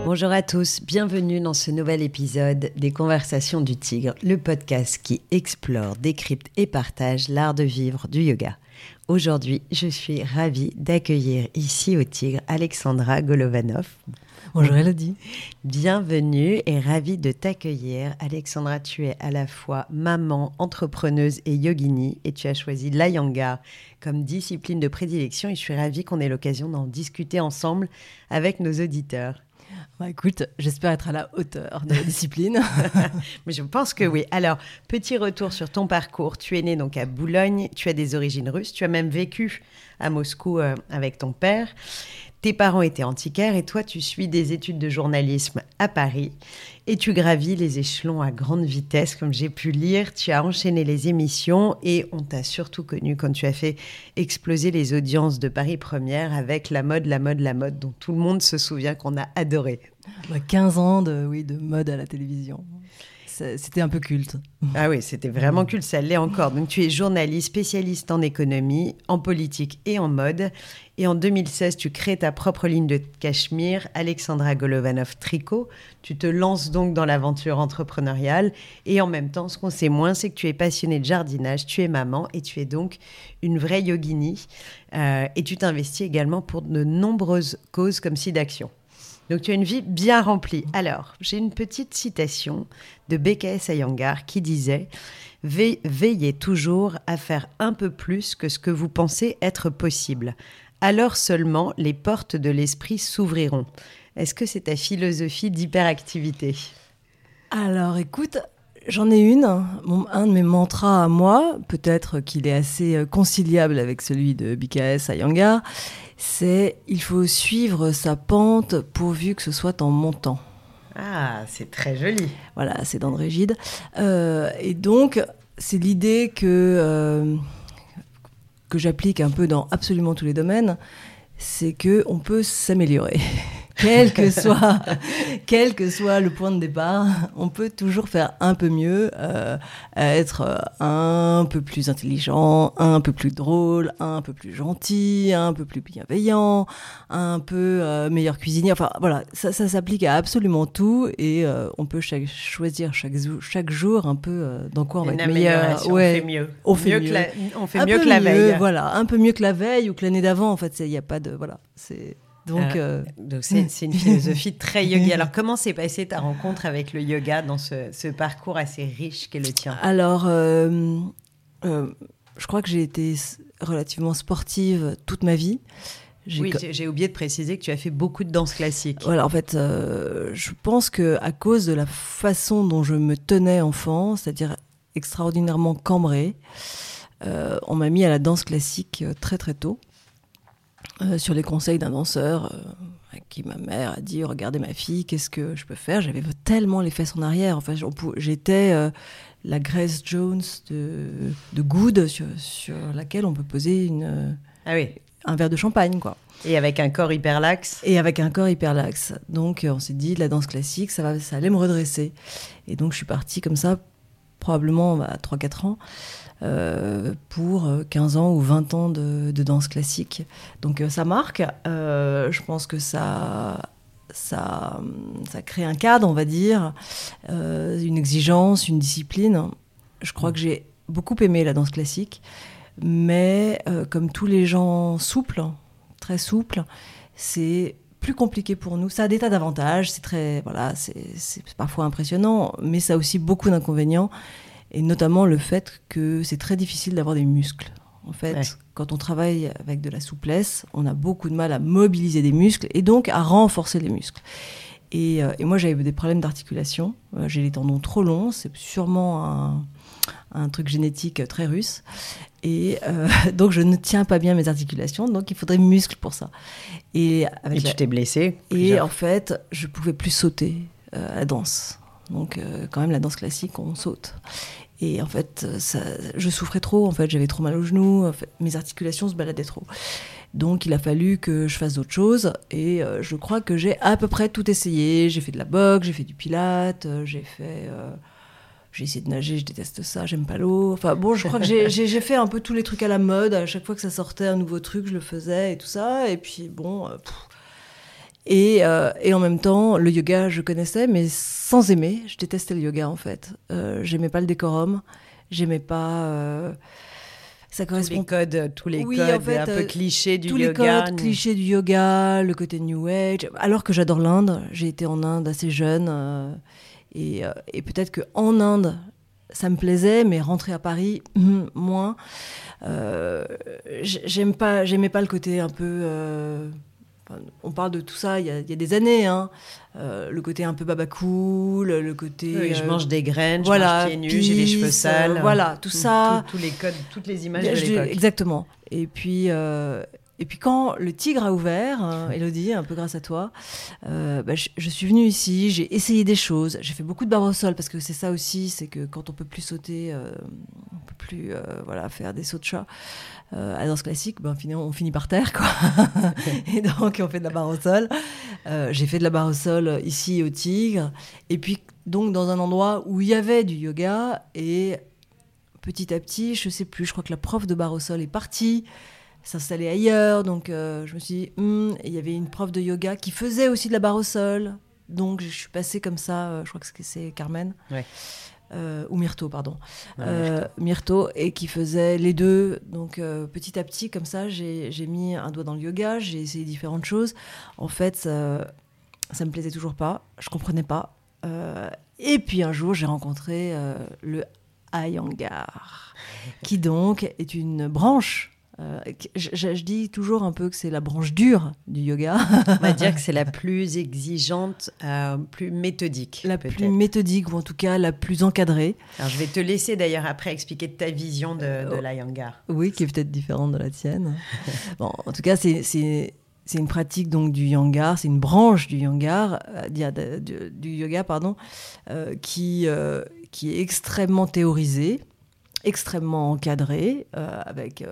Bonjour à tous, bienvenue dans ce nouvel épisode des Conversations du Tigre, le podcast qui explore, décrypte et partage l'art de vivre du yoga. Aujourd'hui, je suis ravie d'accueillir ici au Tigre Alexandra Golovanov. Bonjour Elodie. Bienvenue et ravie de t'accueillir. Alexandra, tu es à la fois maman, entrepreneuse et yogini et tu as choisi l'Iyengar comme discipline de prédilection et je suis ravie qu'on ait l'occasion d'en discuter ensemble avec nos auditeurs. Écoute, j'espère être à la hauteur de la discipline. Mais je pense que oui. Alors, petit retour sur ton parcours. Tu es née donc à Boulogne, tu as des origines russes, tu as même vécu à Moscou avec ton père. Tes parents étaient antiquaires et toi, tu suis des études de journalisme à Paris et tu gravis les échelons à grande vitesse, comme j'ai pu lire. Tu as enchaîné les émissions et on t'a surtout connu quand tu as fait exploser les audiences de Paris Première avec La mode, dont tout le monde se souvient qu'on a adoré. 15 ans de mode à la télévision. C'était un peu culte. Ah oui, c'était vraiment culte, ça l'est encore. Donc tu es journaliste, spécialiste en économie, en politique et en mode. Et en 2016, tu crées ta propre ligne de cachemire, Alexandra Golovanov Tricot. Tu te lances donc dans l'aventure entrepreneuriale. Et en même temps, ce qu'on sait moins, c'est que tu es passionnée de jardinage, tu es maman et tu es donc une vraie yogini. Et tu t'investis également pour de nombreuses causes comme SIDAction. Donc, tu as une vie bien remplie. Alors, j'ai une petite citation de BKS Iyengar qui disait « Veillez toujours à faire un peu plus que ce que vous pensez être possible. Alors seulement, les portes de l'esprit s'ouvriront. » Est-ce que c'est ta philosophie d'hyperactivité ? Alors, écoute, j'en ai une. Un de mes mantras à moi, peut-être qu'il est assez conciliable avec celui de BKS Iyengar, c'est « il faut suivre sa pente pourvu que ce soit en montant ». Ah, c'est très joli. Voilà, c'est d'André Gide. Et donc, c'est l'idée que j'applique un peu dans absolument tous les domaines, c'est qu'on peut s'améliorer. Quel que soit le point de départ, on peut toujours faire un peu mieux, être un peu plus intelligent, un peu plus drôle, un peu plus gentil, un peu plus bienveillant, un peu meilleur cuisinier. Enfin, voilà, ça s'applique à absolument tout et on peut choisir chaque jour un peu dans quoi on va être meilleur. Ouais, on fait mieux. On fait mieux que la veille. Voilà, un peu mieux que la veille ou que l'année d'avant. En fait, il n'y a pas de... Voilà, c'est... Donc c'est une philosophie très yogi. Alors, comment s'est passée ta rencontre avec le yoga dans ce parcours assez riche qu'est le tien ? Alors, je crois que j'ai été relativement sportive toute ma vie. J'ai oublié de préciser que tu as fait beaucoup de danse classique. Voilà, en fait, je pense qu'à cause de la façon dont je me tenais enfant, c'est-à-dire extraordinairement cambrée, on m'a mis à la danse classique très très tôt. Sur les conseils d'un danseur à qui ma mère a dit « Regardez ma fille, qu'est-ce que je peux faire ?» J'avais tellement les fesses en arrière. Enfin, j'étais la Grace Jones de Good sur laquelle on peut poser un verre de champagne, quoi. Et avec un corps hyper laxe. Donc, on s'est dit, la danse classique, ça allait me redresser. Et donc, je suis partie comme ça, probablement à 3-4 ans. Pour 15 ans ou 20 ans de danse classique. Donc ça marque. Je pense que ça crée un cadre, on va dire, une exigence, une discipline. Je crois que j'ai beaucoup aimé la danse classique, mais comme tous les gens souples, très souples, c'est plus compliqué pour nous. Ça a des tas d'avantages, c'est parfois impressionnant, mais ça a aussi beaucoup d'inconvénients. Et notamment le fait que c'est très difficile d'avoir des muscles. En fait, Quand on travaille avec de la souplesse, on a beaucoup de mal à mobiliser des muscles et donc à renforcer les muscles. Et moi, j'avais des problèmes d'articulation. J'ai les tendons trop longs. C'est sûrement un truc génétique très russe. Et donc, je ne tiens pas bien mes articulations. Donc, il faudrait muscles pour ça. Et tu t'es blessée. Et en fait, je ne pouvais plus sauter à la danse. Donc, quand même, la danse classique, on saute. Et en fait, je souffrais trop. En fait, j'avais trop mal aux genoux. En fait, mes articulations se baladaient trop. Donc, il a fallu que je fasse d'autres choses. Et je crois que j'ai à peu près tout essayé. J'ai fait de la boxe, j'ai fait du pilates, j'ai essayé de nager, je déteste ça, j'aime pas l'eau. Enfin bon, je crois que j'ai fait un peu tous les trucs à la mode. À chaque fois que ça sortait un nouveau truc, je le faisais et tout ça. Et puis bon... Et en même temps, le yoga, je connaissais, mais sans aimer. Je détestais le yoga, en fait. J'aimais pas le décorum. J'aimais pas... ça correspond... Tous les oui, codes en fait, un peu clichés du tous yoga. les codes clichés du yoga, le côté New Age. Alors que j'adore l'Inde. J'ai été en Inde assez jeune. Et peut-être qu'en Inde, ça me plaisait, mais rentrer à Paris, moins. J'aimais pas le côté un peu... on parle de tout ça il y a des années, hein. Le côté un peu babacool, le côté... Oui, je mange des graines, voilà, je mange pieds nus, j'ai les cheveux sales. Voilà, tout ça. Tous les codes, toutes les images de l'époque. Exactement. Et puis quand le Tigre a ouvert, Élodie, un peu grâce à toi, je suis venue ici, j'ai essayé des choses, j'ai fait beaucoup de barre au sol, parce que c'est ça aussi, c'est que quand on peut plus sauter, on peut plus faire des sauts de chat, à la danse classique, on finit par terre, quoi. Et donc on fait de la barre au sol. J'ai fait de la barre au sol ici au Tigre, et puis donc dans un endroit où il y avait du yoga, et petit à petit, je sais plus, je crois que la prof de barre au sol est partie, s'installer ailleurs, donc je me suis dit, il y avait une prof de yoga qui faisait aussi de la barre au sol, donc je suis passée comme ça, je crois que c'est Carmen, ouais. Ou Myrto, pardon, Myrto, et qui faisait les deux, donc petit à petit, comme ça, j'ai mis un doigt dans le yoga, j'ai essayé différentes choses, en fait, ça me plaisait toujours pas, je comprenais pas, et puis un jour, j'ai rencontré le Iyengar, qui donc est une branche. Je dis toujours un peu que c'est la branche dure du yoga. On va dire que c'est la plus exigeante, plus méthodique. La plus méthodique, ou en tout cas la plus encadrée. Alors, je vais te laisser d'ailleurs après expliquer ta vision de l'Iyengar. Oui, qui est peut-être différente de la tienne. Bon, en tout cas, c'est une pratique donc, du Iyengar, c'est une branche du Iyengar, du yoga, qui est extrêmement théorisée, extrêmement encadré, avec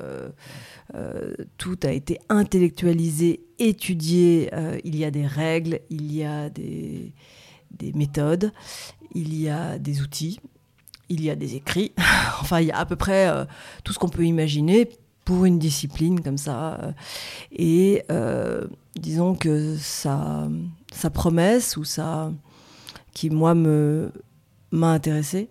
tout a été intellectualisé, étudié, il y a des règles, il y a des méthodes, il y a des outils, il y a des écrits, enfin il y a à peu près tout ce qu'on peut imaginer pour une discipline comme ça, et disons que sa promesse, ou ça qui moi m'a intéressée,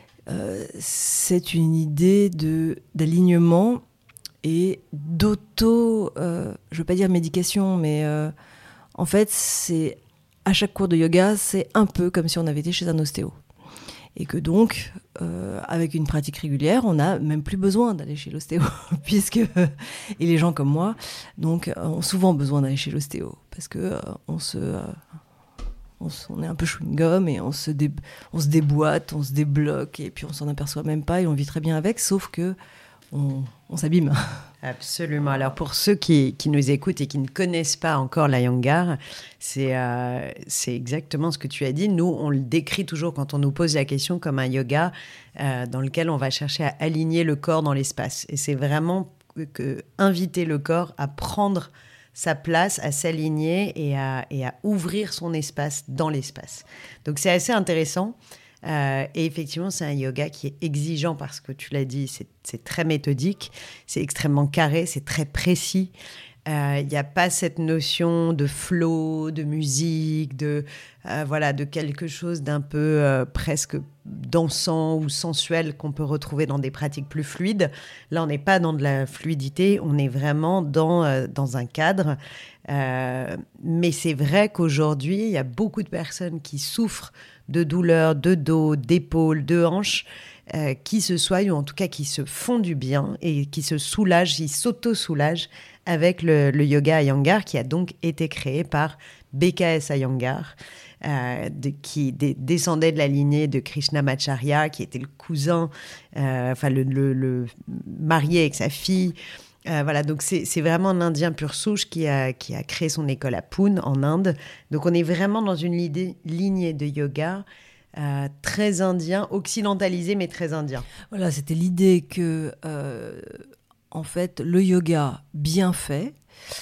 c'est une idée d'alignement et d'auto, je veux pas dire médication, mais en fait, c'est à chaque cours de yoga, c'est un peu comme si on avait été chez un ostéo. Et que donc, avec une pratique régulière, on n'a même plus besoin d'aller chez l'ostéo, et les gens comme moi, donc, ont souvent besoin d'aller chez l'ostéo, parce que on est un peu chewing-gum, et on se déboîte, on se débloque, et puis on s'en aperçoit même pas, et on vit très bien avec, sauf que on s'abîme. Absolument. Alors pour ceux qui nous écoutent et qui ne connaissent pas encore l'Iyengar, c'est exactement ce que tu as dit. Nous, on le décrit toujours quand on nous pose la question comme un yoga dans lequel on va chercher à aligner le corps dans l'espace. Et c'est vraiment inviter le corps à prendre sa place, à s'aligner et à ouvrir son espace dans l'espace. Donc c'est assez intéressant. Et effectivement, c'est un yoga qui est exigeant parce que tu l'as dit, c'est très méthodique, c'est extrêmement carré, c'est très précis. Il n'y a pas cette notion de flow, de musique, de quelque chose d'un peu presque dansant ou sensuel qu'on peut retrouver dans des pratiques plus fluides. Là, on n'est pas dans de la fluidité, on est vraiment dans un cadre. Mais c'est vrai qu'aujourd'hui, il y a beaucoup de personnes qui souffrent de douleurs de dos, d'épaules, de hanches, qui se soignent, ou en tout cas qui se font du bien et qui se soulagent, qui s'auto-soulagent avec le yoga Iyengar, qui a donc été créé par BKS Iyengar, qui descendait de la lignée de Krishnamacharya, qui était le cousin, le marié avec sa fille. Donc c'est vraiment un Indien pur souche qui a créé son école à Pune, en Inde. Donc on est vraiment dans une lignée de yoga très indien, occidentalisé, mais très indien. Voilà, c'était l'idée que, en fait, le yoga bien fait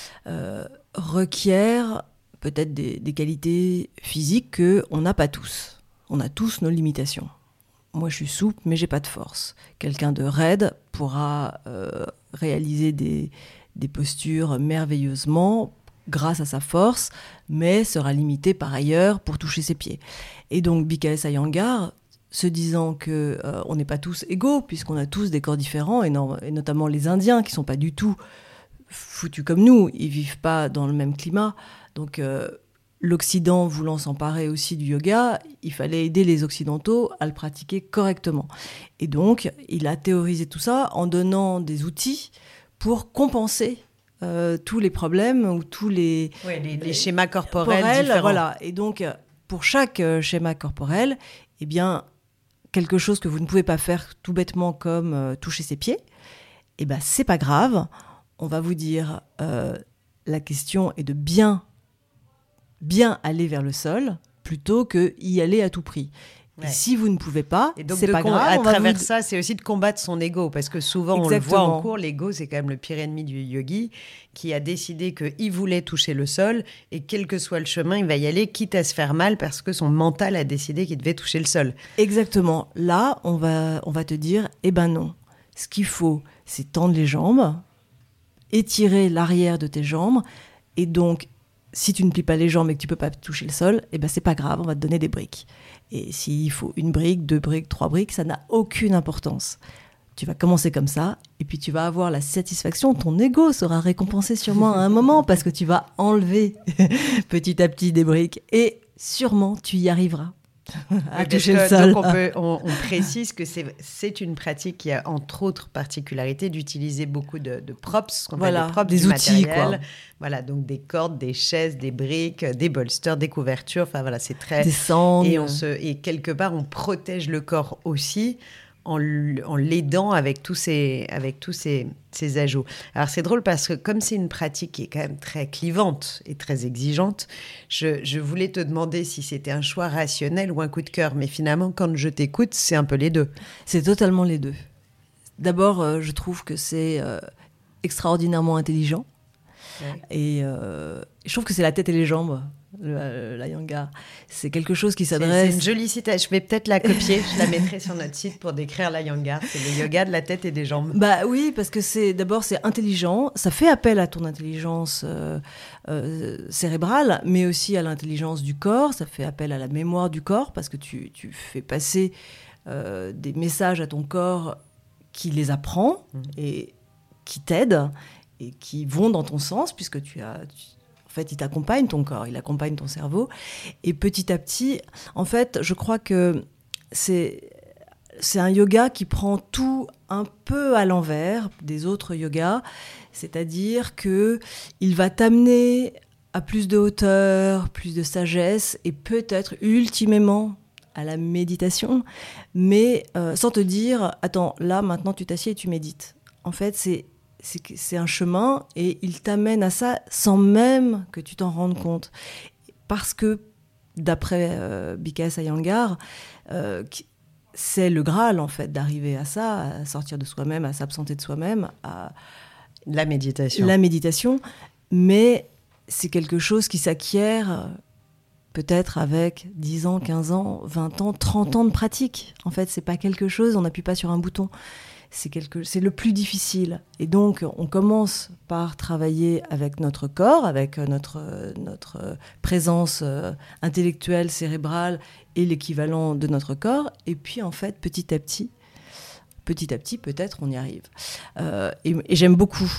requiert peut-être des qualités physiques qu'on n'a pas tous. On a tous nos limitations. Moi, je suis souple, mais j'ai pas de force. Quelqu'un de raide pourra réaliser des postures merveilleusement. grâce à sa force, mais sera limité par ailleurs pour toucher ses pieds. Et donc BKS Iyengar, se disant qu'on n'est pas tous égaux, puisqu'on a tous des corps différents, et notamment les Indiens, qui ne sont pas du tout foutus comme nous, ils ne vivent pas dans le même climat. Donc l'Occident voulant s'emparer aussi du yoga, il fallait aider les Occidentaux à le pratiquer correctement. Et donc, il a théorisé tout ça en donnant des outils pour compenser tous les problèmes ou tous les schémas corporels différents. Voilà. Et donc, pour chaque schéma corporel, eh bien, quelque chose que vous ne pouvez pas faire tout bêtement comme toucher ses pieds, eh ben, c'est pas grave. On va vous dire, la question est de bien aller vers le sol plutôt que y aller à tout prix. Ouais. Et si vous ne pouvez pas, c'est pas grave. À travers ça, c'est aussi de combattre son ego, parce que souvent, on le voit en cours, l'ego, c'est quand même le pire ennemi du yogi, qui a décidé qu'il voulait toucher le sol, et quel que soit le chemin, il va y aller, quitte à se faire mal, parce que son mental a décidé qu'il devait toucher le sol. Exactement. Là, on va te dire, eh ben non. Ce qu'il faut, c'est tendre les jambes, étirer l'arrière de tes jambes, et donc, si tu ne plies pas les jambes et que tu ne peux pas toucher le sol, eh ben c'est pas grave, on va te donner des briques. Et s'il faut 1 brique, 2 briques, 3 briques, ça n'a aucune importance. Tu vas commencer comme ça, et puis tu vas avoir la satisfaction, ton ego sera récompensé sûrement à un moment, parce que tu vas enlever petit à petit des briques, et sûrement tu y arriveras. À toucher le sol. Donc on précise que c'est une pratique qui a entre autres particularité d'utiliser beaucoup de props, voilà, des props, des outils, matériel. Voilà, donc des cordes, des chaises, des briques, des bolsters, des couvertures. Enfin voilà, c'est très. Des sangles. Et quelque part, on protège le corps aussi en l'aidant avec tous ces ajouts. Alors c'est drôle parce que comme c'est une pratique qui est quand même très clivante et très exigeante, je voulais te demander si c'était un choix rationnel ou un coup de cœur. Mais finalement, quand je t'écoute, c'est un peu les deux. C'est totalement les deux. D'abord, je trouve que c'est extraordinairement intelligent. Ouais. Et je trouve que c'est la tête et les jambes. L'Iyengar, c'est quelque chose qui s'adresse. C'est une jolie citation. Je vais peut-être la copier. Je la mettrai sur notre site pour décrire l'Iyengar. C'est le yoga de la tête et des jambes. Bah oui, parce que c'est intelligent. Ça fait appel à ton intelligence cérébrale, mais aussi à l'intelligence du corps. Ça fait appel à la mémoire du corps, parce que tu fais passer des messages à ton corps qui les apprend et qui t'aident et qui vont dans ton sens, puisque en fait, il t'accompagne, ton corps, il accompagne ton cerveau. Et petit à petit, en fait, je crois que c'est un yoga qui prend tout un peu à l'envers des autres yogas. C'est-à-dire qu'il va t'amener à plus de hauteur, plus de sagesse, et peut-être, ultimement, à la méditation, mais sans te dire « Attends, là, maintenant, tu t'assieds et tu médites ». En fait, c'est un chemin, et il t'amène à ça sans même que tu t'en rendes compte. Parce que, d'après BKS Iyengar, c'est le Graal, en fait, d'arriver à ça, à sortir de soi-même, à s'absenter de soi-même, à la méditation. La méditation, mais c'est quelque chose qui s'acquiert peut-être avec 10 ans, 15 ans, 20 ans, 30 ans de pratique. En fait, c'est pas quelque chose, on n'appuie pas sur un bouton. C'est le plus difficile. Et donc, on commence par travailler avec notre corps, avec notre présence intellectuelle, cérébrale et l'équivalent de notre corps. Et puis, en fait, petit à petit, peut-être, on y arrive. Et j'aime beaucoup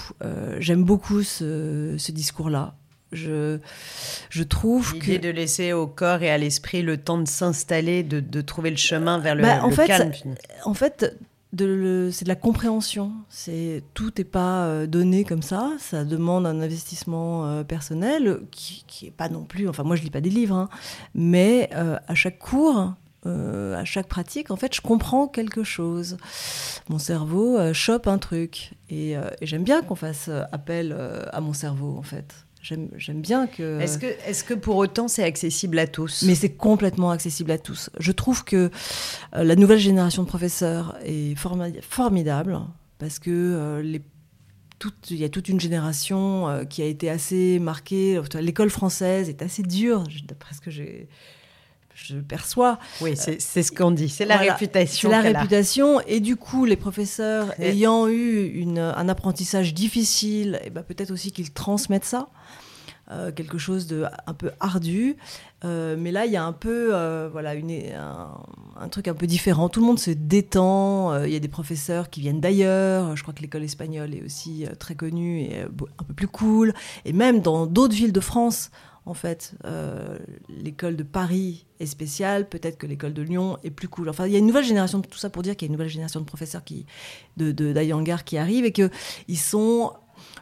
ce discours-là. Je trouve l'idée de laisser au corps et à l'esprit le temps de s'installer, de trouver le chemin vers le calme. En fait, c'est de la compréhension. Tout n'est pas donné comme ça. Ça demande un investissement personnel qui n'est pas non plus... Enfin, moi, je ne lis pas des livres, hein, mais à chaque cours, à chaque pratique, en fait, je comprends quelque chose. Mon cerveau chope un truc. Et j'aime bien qu'on fasse appel à mon cerveau, en fait. J'aime bien que... Est-ce que pour autant c'est accessible à tous ? Mais c'est complètement accessible à tous. Je trouve que la nouvelle génération de professeurs est formidable, parce que il y a toute une génération qui a été assez marquée. L'école française est assez dure, d'après ce que je perçois. Oui, c'est ce qu'on dit, c'est la réputation. C'est la réputation, et du coup, les professeurs ayant eu un apprentissage difficile, et ben peut-être aussi qu'ils transmettent ça. quelque chose de un peu ardu. Mais là, il y a un peu un truc un peu différent. Tout le monde se détend. Il y a des professeurs qui viennent d'ailleurs. Je crois que l'école espagnole est aussi très connue et un peu plus cool. Et même dans d'autres villes de France, en fait, l'école de Paris est spéciale. Peut-être que l'école de Lyon est plus cool. Enfin, il y a une nouvelle génération, tout ça pour dire qu'il y a une nouvelle génération de professeurs d'Iyengar qui arrive et qu'ils sont...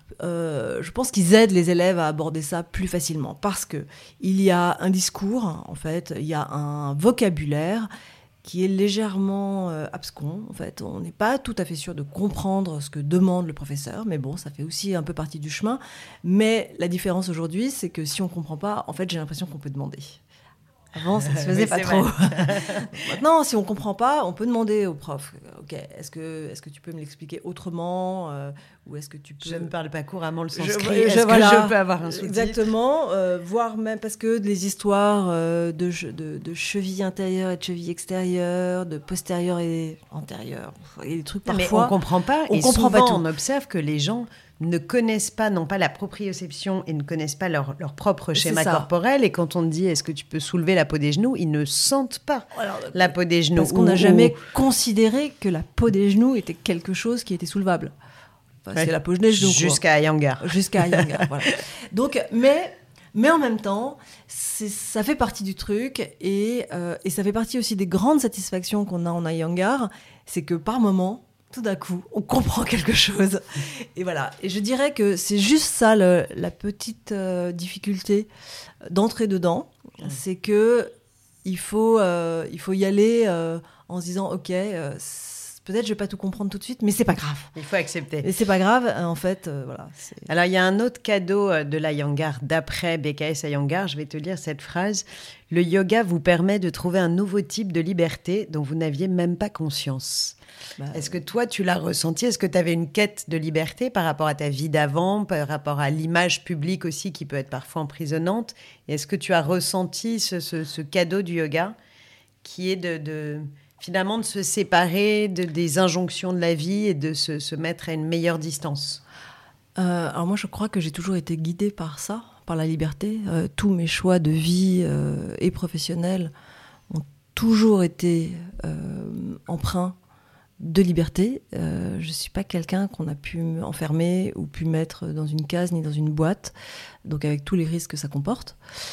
je pense qu'ils aident les élèves à aborder ça plus facilement parce que il y a un discours, en fait, il y a un vocabulaire qui est légèrement abscon. En fait, on n'est pas tout à fait sûr de comprendre ce que demande le professeur, mais bon, ça fait aussi un peu partie du chemin. Mais la différence aujourd'hui, c'est que si on comprend pas, en fait, j'ai l'impression qu'on peut demander. Avant, ça se faisait pas trop. Maintenant, si on comprend pas, on peut demander au prof. Ok, est-ce que tu peux me l'expliquer autrement, ou est-ce que tu peux... Je ne parle pas couramment le sanskrit. Est-ce que je peux avoir un sous-titre? Exactement, voire même parce que les histoires de cheville intérieure et de cheville extérieure, de postérieure et antérieure, il y a des trucs parfois. Mais on comprend pas. On et comprend souvent, pas tout. On observe que les gens ne connaissent pas, non pas la proprioception et ne connaissent pas leur propre schéma corporel. Et quand on dit est-ce que tu peux soulever la peau des genoux, ils ne sentent pas la peau des genoux. Parce qu'on n'a jamais considéré que la peau des genoux était quelque chose qui était soulevable. Enfin, c'est la peau des genoux. Jusqu'à Iyengar. Jusqu'à Iyengar, voilà. Donc, mais en même temps, ça fait partie du truc et ça fait partie aussi des grandes satisfactions qu'on a en Iyengar, c'est que par moment, tout d'un coup, on comprend quelque chose. Et voilà. Et je dirais que c'est juste ça, la petite difficulté d'entrer dedans. C'est que il faut y aller en se disant, OK, peut-être je vais pas tout comprendre tout de suite, mais c'est pas grave. Il faut accepter. Et c'est pas grave, en fait, voilà. Alors, il y a un autre cadeau de l'Iyengar d'après BKS Iyengar. Je vais te lire cette phrase. Le yoga vous permet de trouver un nouveau type de liberté dont vous n'aviez même pas conscience. Est-ce que toi, tu l'as ressenti? Est-ce que tu avais une quête de liberté par rapport à ta vie d'avant, par rapport à l'image publique aussi qui peut être parfois emprisonnante? Et est-ce que tu as ressenti ce cadeau du yoga qui est finalement de se séparer des injonctions de la vie et de se mettre à une meilleure distance? Alors moi, je crois que j'ai toujours été guidée par ça, par la liberté. Tous mes choix de vie et professionnels ont toujours été empreints de liberté. Je ne suis pas quelqu'un qu'on a pu enfermer ou pu mettre dans une case ni dans une boîte, donc avec tous les risques que ça comporte.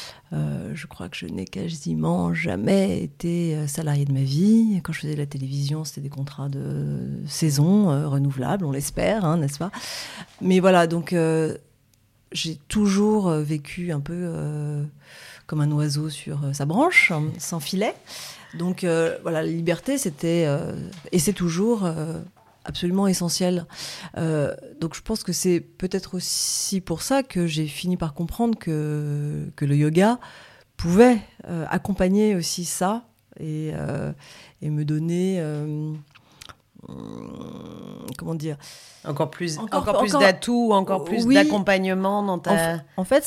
Je crois que je n'ai quasiment jamais été salariée de ma vie. Quand je faisais de la télévision, c'était des contrats de saison renouvelables, on l'espère, hein, n'est-ce pas? Mais voilà, donc j'ai toujours vécu un peu comme un oiseau sur sa branche, sans filet. Donc voilà, la liberté, c'était et c'est toujours absolument essentiel. Donc je pense que c'est peut-être aussi pour ça que j'ai fini par comprendre que le yoga pouvait accompagner aussi ça et me donner comment dire, encore plus d'atouts, encore plus d'accompagnement dans ta... En fait,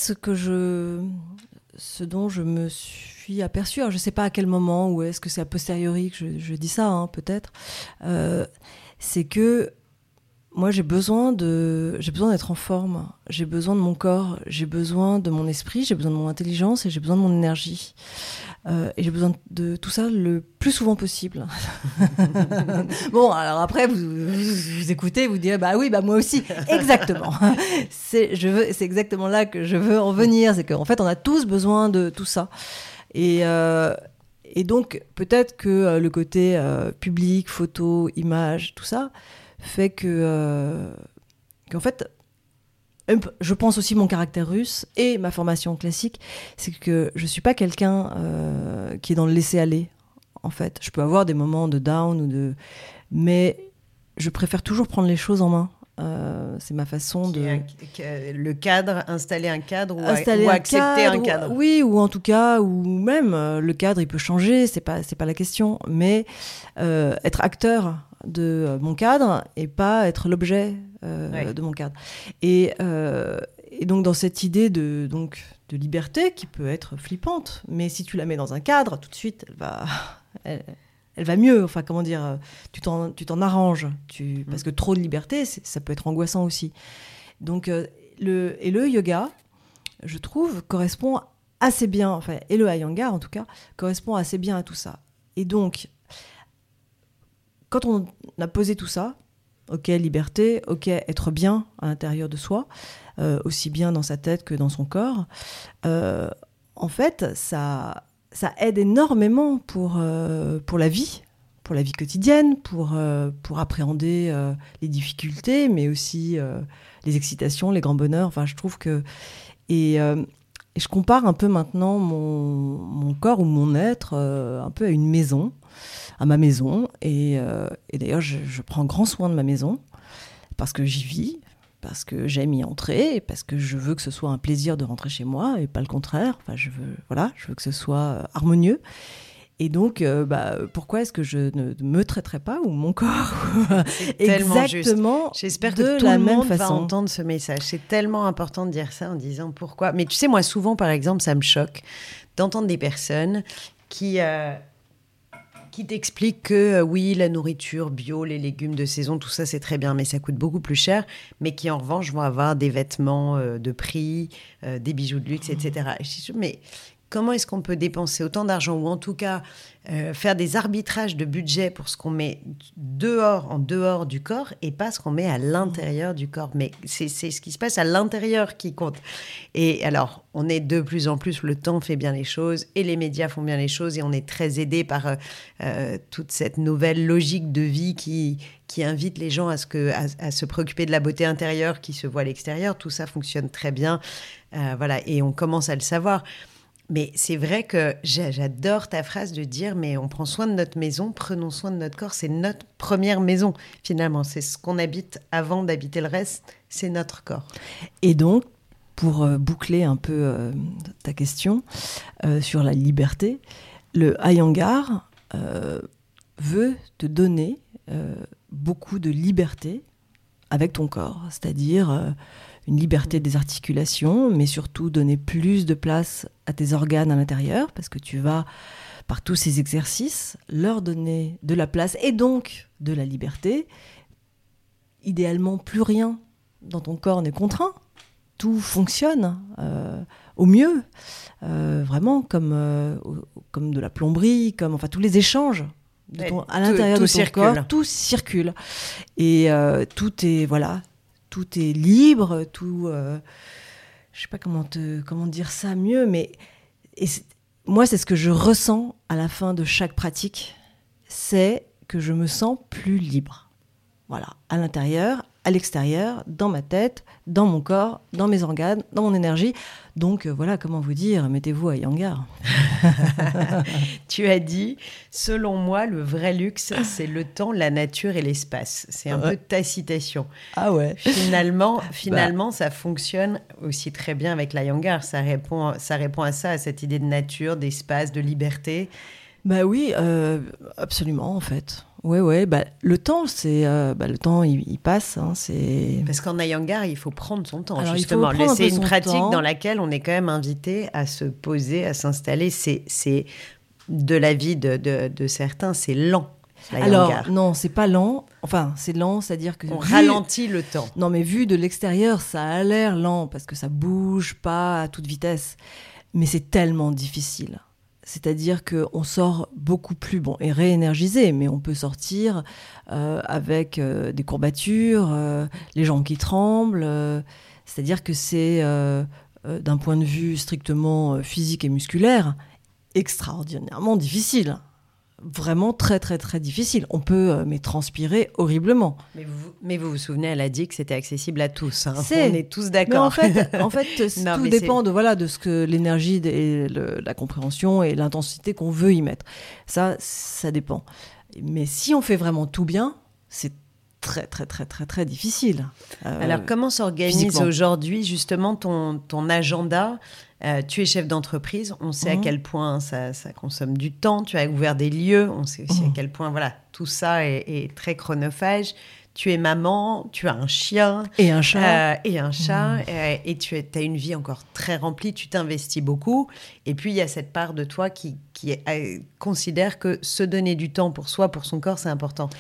ce dont je me suis aperçue, alors je ne sais pas à quel moment, ou est-ce que c'est a posteriori que je dis ça, hein, peut-être, c'est que moi j'ai besoin d'être en forme, j'ai besoin de mon corps, j'ai besoin de mon esprit, j'ai besoin de mon intelligence et j'ai besoin de mon énergie. Et j'ai besoin de tout ça le plus souvent possible. Bon, alors après, vous écoutez, vous direz, bah oui, bah moi aussi. Exactement. C'est exactement là que je veux en venir. C'est qu'en fait, on a tous besoin de tout ça. Et donc, peut-être que le côté public, photo, image, tout ça, fait qu'en fait, je pense aussi mon caractère russe et ma formation classique, c'est que je ne suis pas quelqu'un qui est dans le laisser-aller, en fait. Je peux avoir des moments de down, mais je préfère toujours prendre les choses en main. C'est ma façon de... Le cadre, installer un cadre ou accepter un cadre. Oui, ou en tout cas, ou même le cadre, il peut changer, c'est pas la question, mais être acteur de mon cadre et pas être l'objet de mon cadre. Et donc dans cette idée de liberté qui peut être flippante, mais si tu la mets dans un cadre, tout de suite, elle va mieux. Enfin, comment dire, tu t'en arranges. Parce que trop de liberté, ça peut être angoissant aussi. Donc, le yoga, je trouve, correspond assez bien, enfin, et le Iyengar en tout cas, correspond assez bien à tout ça. Et donc, quand on a posé tout ça, ok, liberté, ok, être bien à l'intérieur de soi, aussi bien dans sa tête que dans son corps, en fait, ça aide énormément pour la vie quotidienne, pour appréhender les difficultés, mais aussi les excitations, les grands bonheurs. Enfin, je trouve que... Et je compare un peu maintenant mon corps ou mon être un peu à ma maison. Et d'ailleurs, je prends grand soin de ma maison parce que j'y vis, parce que j'aime y entrer, et parce que je veux que ce soit un plaisir de rentrer chez moi et pas le contraire. Enfin, je veux que ce soit harmonieux. Et donc, pourquoi est-ce que je ne me traiterais pas, ou mon corps, exactement J'espère de que tout la le même monde va façon. entendre ce message. C'est tellement important de dire ça en disant pourquoi. Mais tu sais, moi, souvent, par exemple, ça me choque d'entendre des personnes qui t'expliquent que oui, la nourriture bio, les légumes de saison, tout ça, c'est très bien, mais ça coûte beaucoup plus cher. Mais qui, en revanche, vont avoir des vêtements de prix, des bijoux de luxe, etc. Et je dis, mais... comment est-ce qu'on peut dépenser autant d'argent, ou en tout cas faire des arbitrages de budget pour ce qu'on met en dehors du corps et pas ce qu'on met à l'intérieur du corps. Mais c'est ce qui se passe à l'intérieur qui compte. Et alors, on est de plus en plus, le temps fait bien les choses et les médias font bien les choses, et on est très aidé par toute cette nouvelle logique de vie qui invite les gens à se préoccuper de la beauté intérieure qui se voit à l'extérieur. Tout ça fonctionne très bien. Voilà, et on commence à le savoir. Mais c'est vrai que j'adore ta phrase de dire, mais on prend soin de notre maison, prenons soin de notre corps, c'est notre première maison, finalement. C'est ce qu'on habite avant d'habiter le reste, c'est notre corps. Et donc, pour boucler un peu ta question sur la liberté, le Iyengar veut te donner beaucoup de liberté avec ton corps, c'est-à-dire... une liberté des articulations, mais surtout donner plus de place à tes organes à l'intérieur, parce que tu vas, par tous ces exercices, leur donner de la place et donc de la liberté. Idéalement, plus rien dans ton corps n'est contraint. Tout fonctionne au mieux, vraiment comme de la plomberie, enfin tous les échanges à l'intérieur de ton corps, tout circule. Et tout est, voilà... tout est libre, tout... je sais pas comment dire ça mieux, mais moi, c'est ce que je ressens à la fin de chaque pratique, c'est que je me sens plus libre. Voilà, à l'intérieur, à l'extérieur, dans ma tête, dans mon corps, dans mes organes, dans mon énergie. Donc voilà, comment vous dire, mettez-vous à Iyengar. Tu as dit, selon moi, le vrai luxe, c'est le temps, la nature et l'espace. C'est un peu ta citation. Ah ouais. Finalement, ça fonctionne aussi très bien avec l'Iyengar. Ça répond à ça, à cette idée de nature, d'espace, de liberté. Bah oui, absolument en fait. Ouais, le temps, le temps, il passe. Hein, c'est... Parce qu'en Iyengar, il faut prendre son temps, alors, justement. C'est une pratique temps. dans laquelle on est quand même invité à se poser, à s'installer. C'est de la vie de certains, c'est lent. Alors, non, c'est pas lent. Enfin, c'est lent, c'est-à-dire que... on ralentit le temps. Non, mais vu de l'extérieur, ça a l'air lent, parce que ça bouge pas à toute vitesse. Mais c'est tellement difficile. C'est-à-dire qu'on sort beaucoup plus, et réénergisé, mais on peut sortir avec des courbatures, les jambes qui tremblent. C'est-à-dire que c'est, d'un point de vue strictement physique et musculaire, extraordinairement difficile. Vraiment très, très, très difficile. On peut transpirer horriblement. Mais vous vous souvenez, elle a dit que c'était accessible à tous. Hein. On est tous d'accord. Mais en fait tout dépend de ce que l'énergie et la compréhension et l'intensité qu'on veut y mettre. Ça dépend. Mais si on fait vraiment tout bien, c'est très, très, très, très, très difficile. Alors, comment s'organise aujourd'hui, justement, ton agenda ? Tu es chef d'entreprise, on sait à quel point ça consomme du temps. Tu as ouvert des lieux, on sait aussi à quel point tout ça est très chronophage. Tu es maman, tu as un chien. Et un chat. Et tu as une vie encore très remplie, tu t'investis beaucoup. Et puis, il y a cette part de toi qui considère que se donner du temps pour soi, pour son corps, c'est important.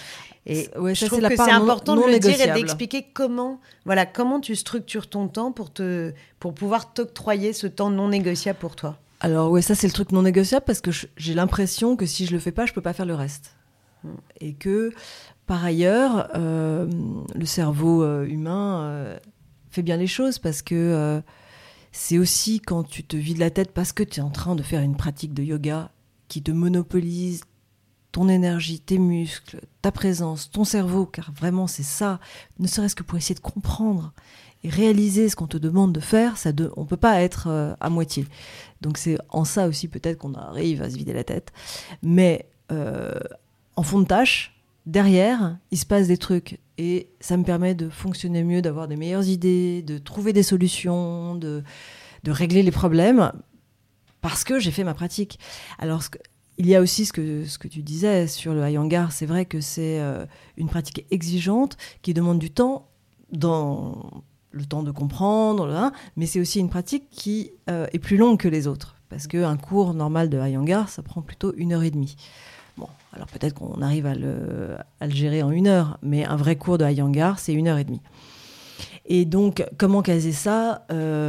Et ouais, je ça, trouve c'est la que part c'est important de non le dire et négociable. d'expliquer comment tu structures ton temps pour pouvoir t'octroyer ce temps non négociable pour toi. Alors ouais, ça c'est le truc non négociable parce que j'ai l'impression que si je le fais pas, je peux pas faire le reste. Et que par ailleurs, le cerveau humain fait bien les choses parce que c'est aussi quand tu te vides la tête parce que tu es en train de faire une pratique de yoga qui te monopolise ton énergie, tes muscles, ta présence, ton cerveau, car vraiment c'est ça, ne serait-ce que pour essayer de comprendre et réaliser ce qu'on te demande de faire, on ne peut pas être à moitié. Donc c'est en ça aussi peut-être qu'on arrive à se vider la tête. Mais en fond de tâche, derrière, il se passe des trucs. Et ça me permet de fonctionner mieux, d'avoir des meilleures idées, de trouver des solutions, de régler les problèmes, parce que j'ai fait ma pratique. Alors, il y a aussi ce que tu disais sur le Iyengar. C'est vrai que c'est une pratique exigeante qui demande du temps, dans le temps de comprendre, mais c'est aussi une pratique qui est plus longue que les autres. Parce qu'un cours normal de Iyengar, ça prend plutôt 1h30. Bon, alors peut-être qu'on arrive à le gérer en 1 heure, mais un vrai cours de Iyengar, c'est 1h30. Et donc, comment caser ça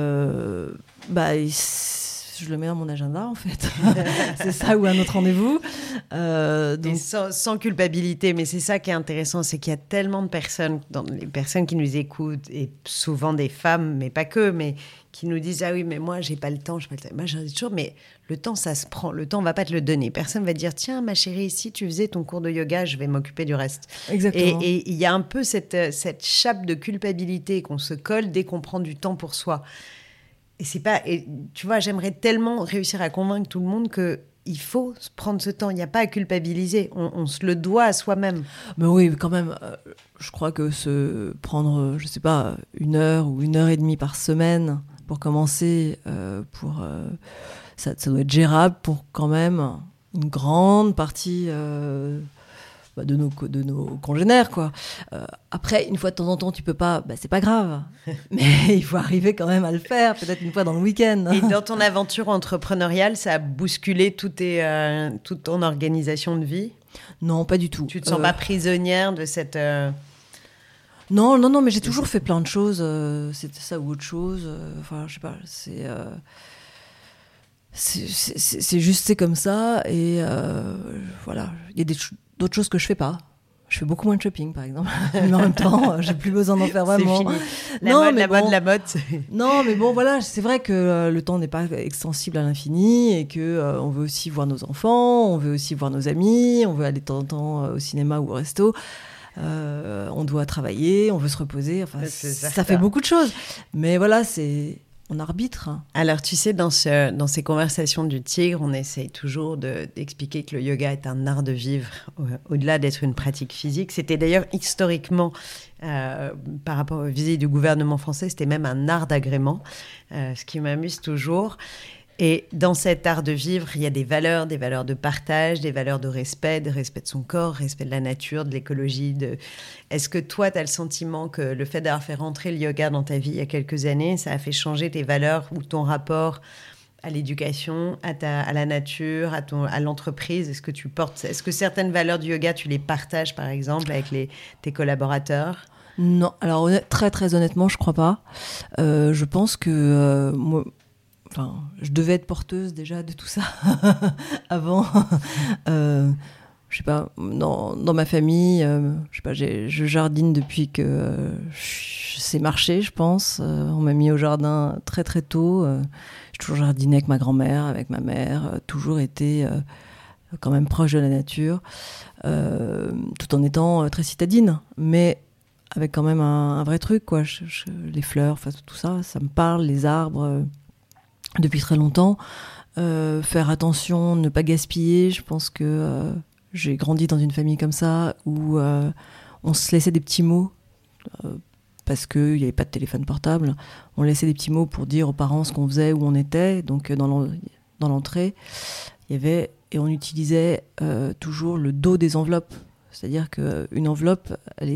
je le mets dans mon agenda, en fait. C'est ça ou un autre rendez-vous. Donc... sans culpabilité, mais c'est ça qui est intéressant, c'est qu'il y a tellement de personnes, les personnes qui nous écoutent, et souvent des femmes, mais pas que, mais qui nous disent « Ah oui, mais moi, j'ai pas le temps. » Moi, je dis toujours « Mais le temps, ça se prend. Le temps, on va pas te le donner. Personne va te dire « Tiens, ma chérie, si tu faisais ton cours de yoga, je vais m'occuper du reste. » Exactement. Et il y a un peu cette chape de culpabilité qu'on se colle dès qu'on prend du temps pour soi. Et c'est pas... Et tu vois, j'aimerais tellement réussir à convaincre tout le monde que il faut prendre ce temps. Il n'y a pas à culpabiliser. On se le doit à soi-même. Mais oui, quand même, je crois que se prendre, je sais pas, 1 heure ou 1h30 par semaine pour commencer, ça doit être gérable pour quand même une grande partie de nos congénères, quoi. Après, une fois de temps en temps, tu peux pas, c'est pas grave. Mais il faut arriver quand même à le faire, peut-être une fois dans le week-end. Et dans ton aventure entrepreneuriale, ça a bousculé toute ton organisation de vie ? Non, pas du tout. Tu te sens pas prisonnière de cette... Non, mais j'ai toujours fait plein de choses. C'était ça ou autre chose. Enfin, je sais pas, c'est juste, c'est comme ça. Et voilà, il y a d'autres choses que je fais pas. Je fais beaucoup moins de shopping, par exemple. Mais en même temps, j'ai plus besoin d'en faire vraiment. C'est fini. La mode. Non, mais bon, voilà, c'est vrai que le temps n'est pas extensible à l'infini et que on veut aussi voir nos enfants, on veut aussi voir nos amis, on veut aller de temps en temps au cinéma ou au resto. On doit travailler, on veut se reposer. Enfin, ça fait beaucoup de choses. Mais voilà, on arbitre. Alors, tu sais, dans ces conversations du tigre, on essaye toujours d'expliquer que le yoga est un art de vivre, au-delà d'être une pratique physique. C'était d'ailleurs historiquement, par rapport aux visites du gouvernement français, c'était même un art d'agrément, ce qui m'amuse toujours. Et dans cet art de vivre, il y a des valeurs de partage, des valeurs de respect de son corps, respect de la nature, de l'écologie. Est-ce que toi, tu as le sentiment que le fait d'avoir fait rentrer le yoga dans ta vie il y a quelques années, ça a fait changer tes valeurs ou ton rapport à l'éducation, à la nature, à l'entreprise ? Est-ce que certaines valeurs du yoga, tu les partages, par exemple, avec tes collaborateurs ? Non, alors très très honnêtement, je crois pas. Je pense que moi... Enfin, je devais être porteuse déjà de tout ça avant. Je sais pas, dans ma famille, je sais pas, je jardine depuis que je sais marcher, je pense. On m'a mis au jardin très très tôt. J'ai toujours jardiné avec ma grand-mère, avec ma mère, toujours été quand même proche de la nature, tout en étant très citadine, mais avec quand même un vrai truc, quoi. Les fleurs, enfin, tout ça, ça me parle, les arbres... depuis très longtemps, faire attention, ne pas gaspiller. Je pense que j'ai grandi dans une famille comme ça où on se laissait des petits mots parce qu'il n'y avait pas de téléphone portable. On laissait des petits mots pour dire aux parents ce qu'on faisait, où on était. Donc dans l'entrée, il y avait, et on utilisait toujours le dos des enveloppes. C'est-à-dire qu'une enveloppe,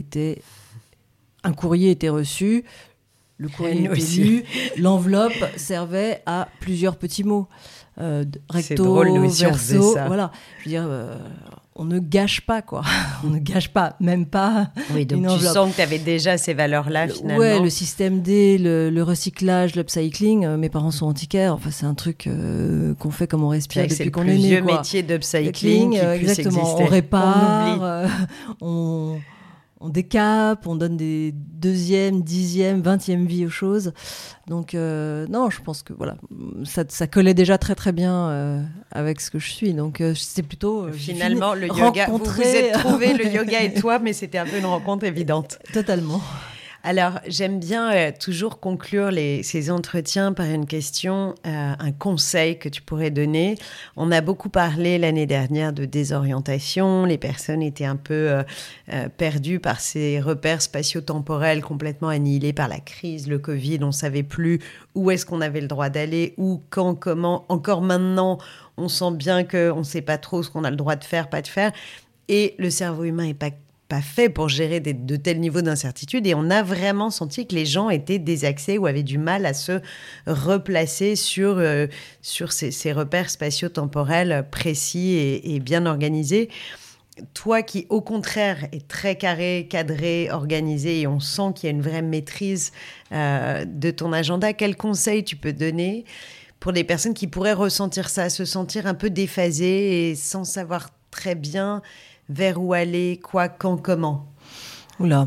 un courrier était reçu. Le courrier était lu, l'enveloppe servait à plusieurs petits mots. Recto, c'est drôle, nous aussi, verso, on faisait ça. Voilà. Je veux dire, on ne gâche pas, quoi. On ne gâche pas, même pas. Oui, donc une tu enveloppe. sens que tu avais déjà ces valeurs-là, finalement. Ouais, le système D, le recyclage, l'upcycling. Mes parents sont antiquaires. Enfin, c'est un truc qu'on fait comme on respire depuis qu'on est né. C'est le plus vieux quoi. métier d'upcycling qui puisse exactement. exister. On répare, on décape, on donne des 2e, 10e, 20e vie aux choses. Donc, non, je pense que voilà, ça collait déjà très très bien avec ce que je suis. Donc, c'est plutôt. Finalement, le yoga, vous vous êtes trouvés, le yoga et toi, mais c'était un peu une rencontre évidente. Totalement. Alors, j'aime bien toujours conclure ces entretiens par une question, un conseil que tu pourrais donner. On a beaucoup parlé l'année dernière de désorientation. Les personnes étaient un peu perdues par ces repères spatio-temporels complètement annihilés par la crise, le Covid. On ne savait plus où est-ce qu'on avait le droit d'aller, où, quand, comment. Encore maintenant, on sent bien qu'on ne sait pas trop ce qu'on a le droit de faire, pas de faire. Et le cerveau humain n'est pas fait pour gérer de tels niveaux d'incertitude, et on a vraiment senti que les gens étaient désaxés ou avaient du mal à se replacer sur ces repères spatio-temporels précis et bien organisés. Toi qui, au contraire, est très carré, cadré, organisé, et on sent qu'il y a une vraie maîtrise de ton agenda, quel conseil tu peux donner pour des personnes qui pourraient ressentir ça, se sentir un peu déphasées et sans savoir très bien vers où aller, quoi, quand, comment? Oula.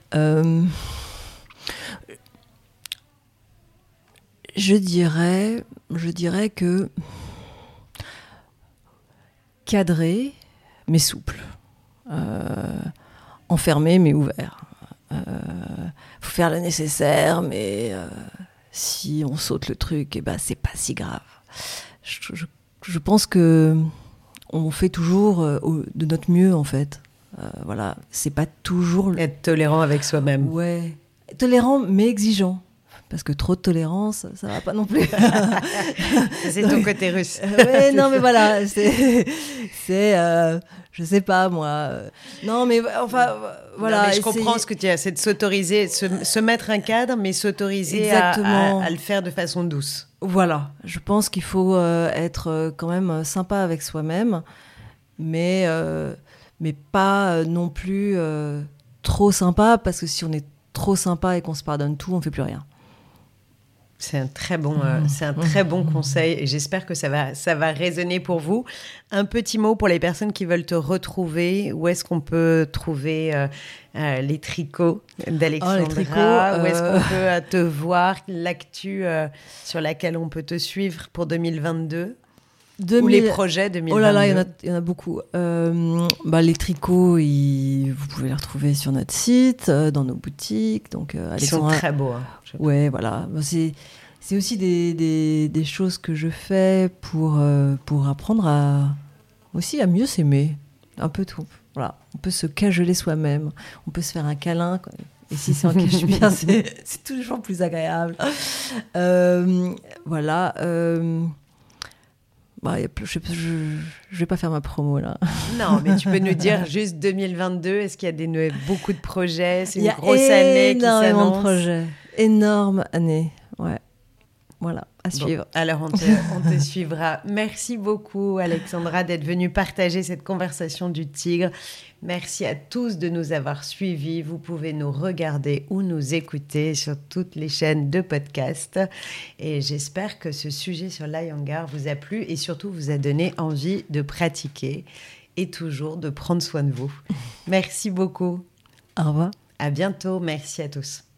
Je dirais que cadré, mais souple. Enfermé, mais ouvert. Faut faire le nécessaire, mais si on saute le truc, eh ben, c'est pas si grave. Je pense que on fait toujours de notre mieux, en fait. Voilà, c'est pas toujours... Être tolérant avec soi-même. Ouais, tolérant, mais exigeant. Parce que trop de tolérance, ça va pas non plus. C'est ton côté russe. Ouais, non, mais voilà, c'est je sais pas, moi. Non, mais enfin, voilà. Non, mais je comprends ce que tu as, c'est de s'autoriser, se mettre un cadre, mais s'autoriser à le faire de façon douce. Voilà, je pense qu'il faut être quand même sympa avec soi-même, mais pas non plus trop sympa, parce que si on est trop sympa et qu'on se pardonne tout, on fait plus rien. C'est un très bon conseil, et j'espère que ça va résonner pour vous. Un petit mot pour les personnes qui veulent te retrouver. Où est-ce qu'on peut trouver les tricots d'Alexandra? Les tricots, où est-ce qu'on peut te voir, l'actu sur laquelle on peut te suivre pour 2022? Ou les projets 2022? Oh là là, il y en a beaucoup. Les tricots, vous pouvez les retrouver sur notre site, dans nos boutiques. Donc, ils sont très beaux. Hein, ouais, voilà. C'est aussi des choses que je fais pour apprendre à mieux s'aimer. Un peu tout. Voilà. On peut se cajoler soi-même. On peut se faire un câlin, quoi. Et si c'est un cache-bien, c'est toujours plus agréable. Voilà. Je vais pas faire ma promo là. Non, mais tu peux nous dire juste 2022, est-ce qu'il y a beaucoup de projets? C'est une grosse année qui s'annonce. Énormément de projets. Énorme année. Ouais. Voilà, à suivre. Bon, alors on te suivra. Merci beaucoup Alexandra d'être venue partager cette conversation du tigre. Merci à tous de nous avoir suivis. Vous pouvez nous regarder ou nous écouter sur toutes les chaînes de podcast. Et j'espère que ce sujet sur l'Iyengar vous a plu et surtout vous a donné envie de pratiquer et toujours de prendre soin de vous. Merci beaucoup. Au revoir. À bientôt. Merci à tous.